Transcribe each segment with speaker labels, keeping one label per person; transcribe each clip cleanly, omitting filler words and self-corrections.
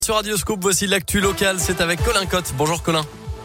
Speaker 1: Sur Radio Scoop, voici l'actu locale, c'est avec Colin Cotte. Bonjour Colin.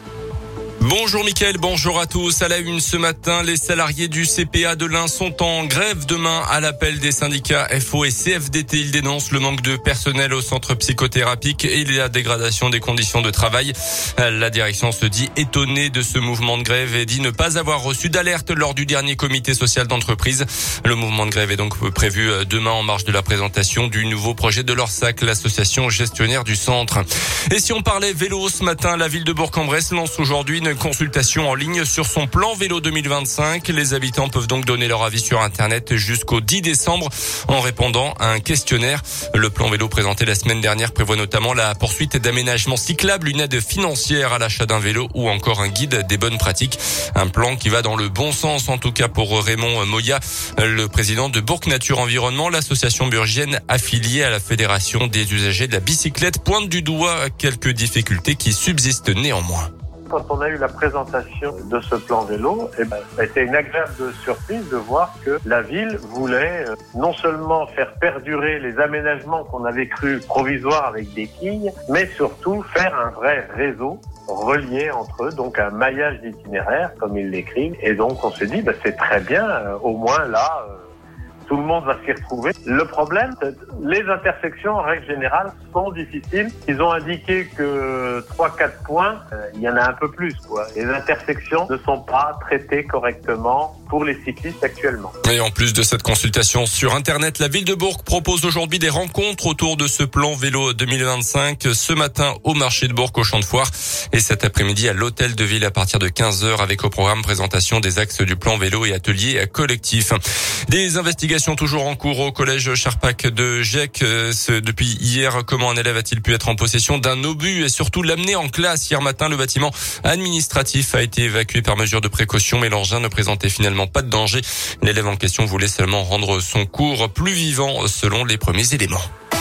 Speaker 2: Bonjour Mickaël, bonjour à tous. À la une ce matin, les salariés du CPA de l'Ain sont en grève demain à l'appel des syndicats FO et CFDT. Ils dénoncent le manque de personnel au centre psychothérapique et la dégradation des conditions de travail. La direction se dit étonnée de ce mouvement de grève et dit ne pas avoir reçu d'alerte lors du dernier comité social d'entreprise. Le mouvement de grève est donc prévu demain en marge de la présentation du nouveau projet de l'Orsac, l'association gestionnaire du centre. Et si on parlait vélo ce matin, la ville de Bourg-en-Bresse lance aujourd'hui une consultation en ligne sur son plan vélo 2025. Les habitants peuvent donc donner leur avis sur Internet jusqu'au 10 décembre en répondant à un questionnaire. Le plan vélo présenté la semaine dernière prévoit notamment la poursuite d'aménagements cyclables, une aide financière à l'achat d'un vélo ou encore un guide des bonnes pratiques. Un plan qui va dans le bon sens, en tout cas pour Raymond Moya, le président de Bourg Nature Environnement. L'association burgienne affiliée à la Fédération des usagers de la bicyclette pointe du doigt quelques difficultés qui subsistent néanmoins.
Speaker 3: Quand on a eu la présentation de ce plan vélo, ça a été une agréable surprise de voir que la ville voulait non seulement faire perdurer les aménagements qu'on avait cru provisoires avec des quilles, mais surtout faire un vrai réseau relié entre eux, donc un maillage d'itinéraires, comme ils l'écrivent. Et donc on s'est dit, c'est très bien, au moins là, tout le monde va s'y retrouver. Le problème, les intersections, en règle générale, sont difficiles. Ils ont indiqué que 3-4 points, il y en a un peu plus, quoi. Les intersections ne sont pas traitées correctement pour les cyclistes actuellement.
Speaker 2: Et en plus de cette consultation sur Internet, la ville de Bourg propose aujourd'hui des rencontres autour de ce plan vélo 2025. Ce matin au marché de Bourg, au Champ de Foire, et cet après-midi à l'hôtel de ville à partir de 15h avec au programme présentation des axes du plan vélo et ateliers collectifs. Des investigations toujours en cours au collège Charpak de Gecq. Depuis hier, comment un élève a-t-il pu être en possession d'un obus et surtout l'amener en classe? Hier matin, le bâtiment administratif a été évacué par mesure de précaution, mais l'engin ne présentait finalement pas de danger. L'élève en question voulait seulement rendre son cours plus vivant selon les premiers éléments.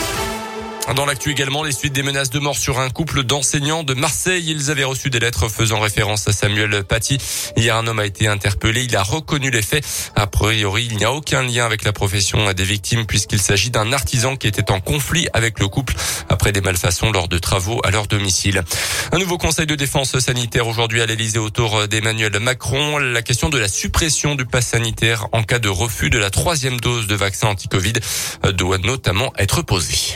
Speaker 2: Dans l'actu également, les suites des menaces de mort sur un couple d'enseignants de Marseille. Ils avaient reçu des lettres faisant référence à Samuel Paty. Hier, un homme a été interpellé. Il a reconnu les faits. A priori, il n'y a aucun lien avec la profession des victimes puisqu'il s'agit d'un artisan qui était en conflit avec le couple après des malfaçons lors de travaux à leur domicile. Un nouveau conseil de défense sanitaire aujourd'hui à l'Elysée autour d'Emmanuel Macron. La question de la suppression du pass sanitaire en cas de refus de la 3e dose de vaccin anti-Covid doit notamment être posée.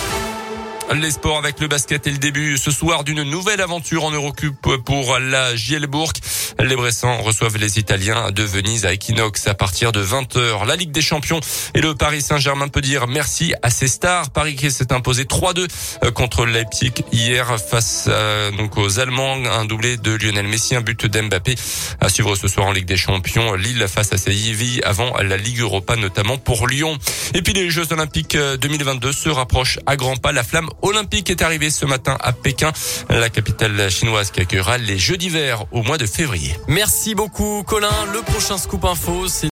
Speaker 2: Les sports avec le basket et le début ce soir d'une nouvelle aventure en Eurocup pour la JL Bourg. Les Bressans reçoivent les Italiens de Venise à Equinox à partir de 20h. La Ligue des Champions et le Paris Saint-Germain peut dire merci à ses stars. Paris qui s'est imposé 3-2 contre Leipzig hier face donc aux Allemands. Un doublé de Lionel Messi, un but d'Mbappé. À suivre ce soir en Ligue des Champions. Lille face à Séville avant la Ligue Europa notamment pour Lyon. Et puis les Jeux Olympiques 2022 se rapprochent à grands pas. La flamme olympique est arrivée ce matin à Pékin, la capitale chinoise qui accueillera les Jeux d'hiver au mois de février.
Speaker 1: Merci beaucoup Colin. Le prochain Scoop Info, c'est